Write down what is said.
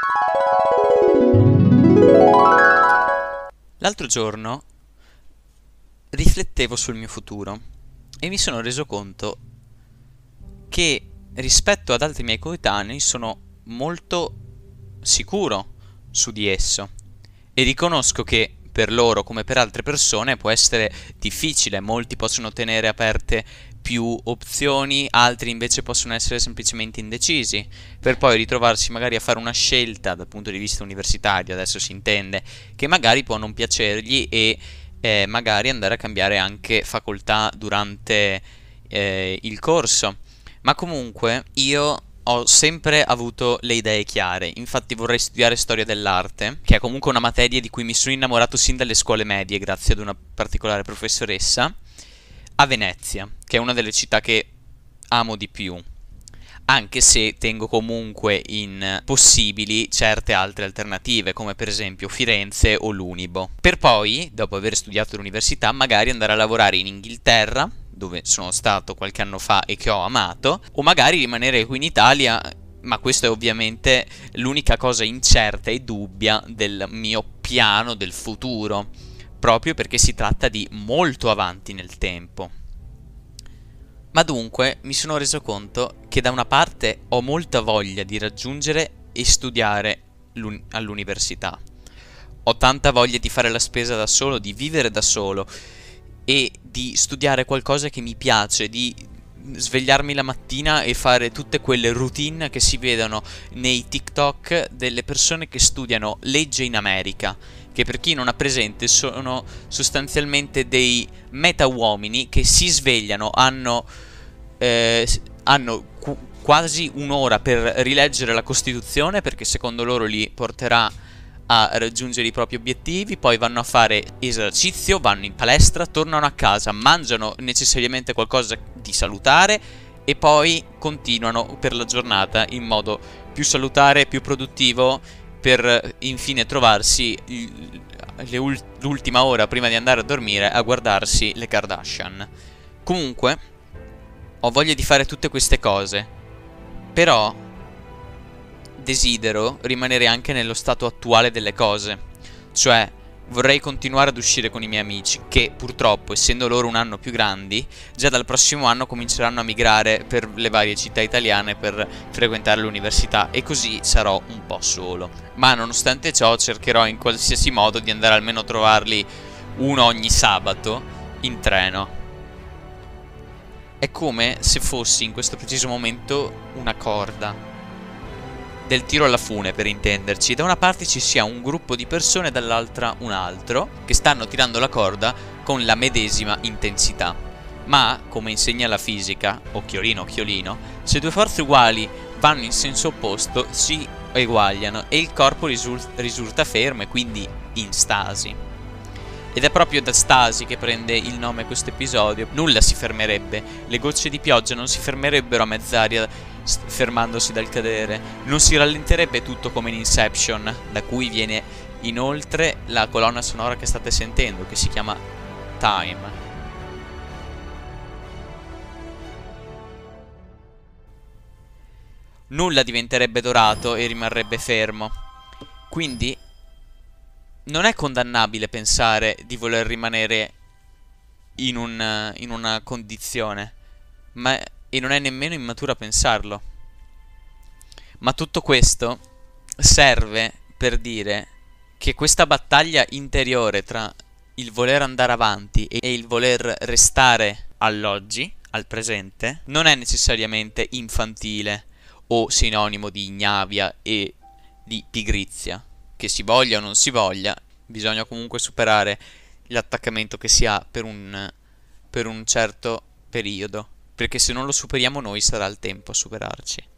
L'altro giorno riflettevo sul mio futuro e mi sono reso conto che rispetto ad altri miei coetanei sono molto sicuro su di esso e riconosco che per loro come per altre persone può essere difficile, molti possono tenere aperte più opzioni, altri invece possono essere semplicemente indecisi, per poi ritrovarsi magari a fare una scelta dal punto di vista universitario, adesso si intende, che magari può non piacergli e magari andare a cambiare anche facoltà durante il corso. Ma comunque io ho sempre avuto le idee chiare, infatti vorrei studiare storia dell'arte, che è comunque una materia di cui mi sono innamorato sin dalle scuole medie grazie ad una particolare professoressa, a Venezia, che è una delle città che amo di più, anche se tengo comunque in possibili certe altre alternative, come per esempio Firenze o l'Unibo, per poi, dopo aver studiato all'università, magari andare a lavorare in Inghilterra, dove sono stato qualche anno fa e che ho amato, o magari rimanere qui in Italia, ma questo è ovviamente l'unica cosa incerta e dubbia del mio piano del futuro, proprio perché si tratta di molto avanti nel tempo. Ma dunque mi sono reso conto che da una parte ho molta voglia di raggiungere e studiare all'università. Ho tanta voglia di fare la spesa da solo, di vivere da solo e di studiare qualcosa che mi piace, di svegliarmi la mattina e fare tutte quelle routine che si vedono nei TikTok delle persone che studiano legge in America, che per chi non ha presente sono sostanzialmente dei meta uomini che si svegliano, hanno quasi un'ora per rileggere la Costituzione, perché secondo loro li porterà a raggiungere i propri obiettivi, poi vanno a fare esercizio, vanno in palestra, tornano a casa, mangiano necessariamente qualcosa di salutare e poi continuano per la giornata in modo più salutare e più produttivo per infine trovarsi l'ultima ora prima di andare a dormire a guardarsi le Kardashian. Comunque, ho voglia di fare tutte queste cose, però desidero rimanere anche nello stato attuale delle cose, cioè vorrei continuare ad uscire con i miei amici che purtroppo, essendo loro un anno più grandi, già dal prossimo anno cominceranno a migrare per le varie città italiane per frequentare l'università e così sarò un po' solo. Ma nonostante ciò cercherò in qualsiasi modo di andare almeno a trovarli uno ogni sabato in treno. È come se fossi in questo preciso momento una corda del tiro alla fune, per intenderci. Da una parte ci sia un gruppo di persone, dall'altra un altro, che stanno tirando la corda con la medesima intensità. Ma, come insegna la fisica, occhiolino occhiolino, se due forze uguali vanno in senso opposto si eguagliano e il corpo risulta fermo e quindi in stasi. Ed è proprio da stasi che prende il nome questo episodio. Nulla si fermerebbe, le gocce di pioggia non si fermerebbero a mezz'aria fermandosi dal cadere, non si rallenterebbe tutto come in Inception, da cui viene inoltre la colonna sonora che state sentendo, che si chiama Time. Nulla diventerebbe dorato e rimarrebbe fermo. Quindi non è condannabile pensare di voler rimanere in una condizione, e non è nemmeno immatura pensarlo. Ma tutto questo serve per dire che questa battaglia interiore tra il voler andare avanti e il voler restare all'oggi, al presente, non è necessariamente infantile o sinonimo di ignavia e di pigrizia. Che si voglia o non si voglia, bisogna comunque superare l'attaccamento che si ha per un certo periodo, perché se non lo superiamo noi sarà il tempo a superarci.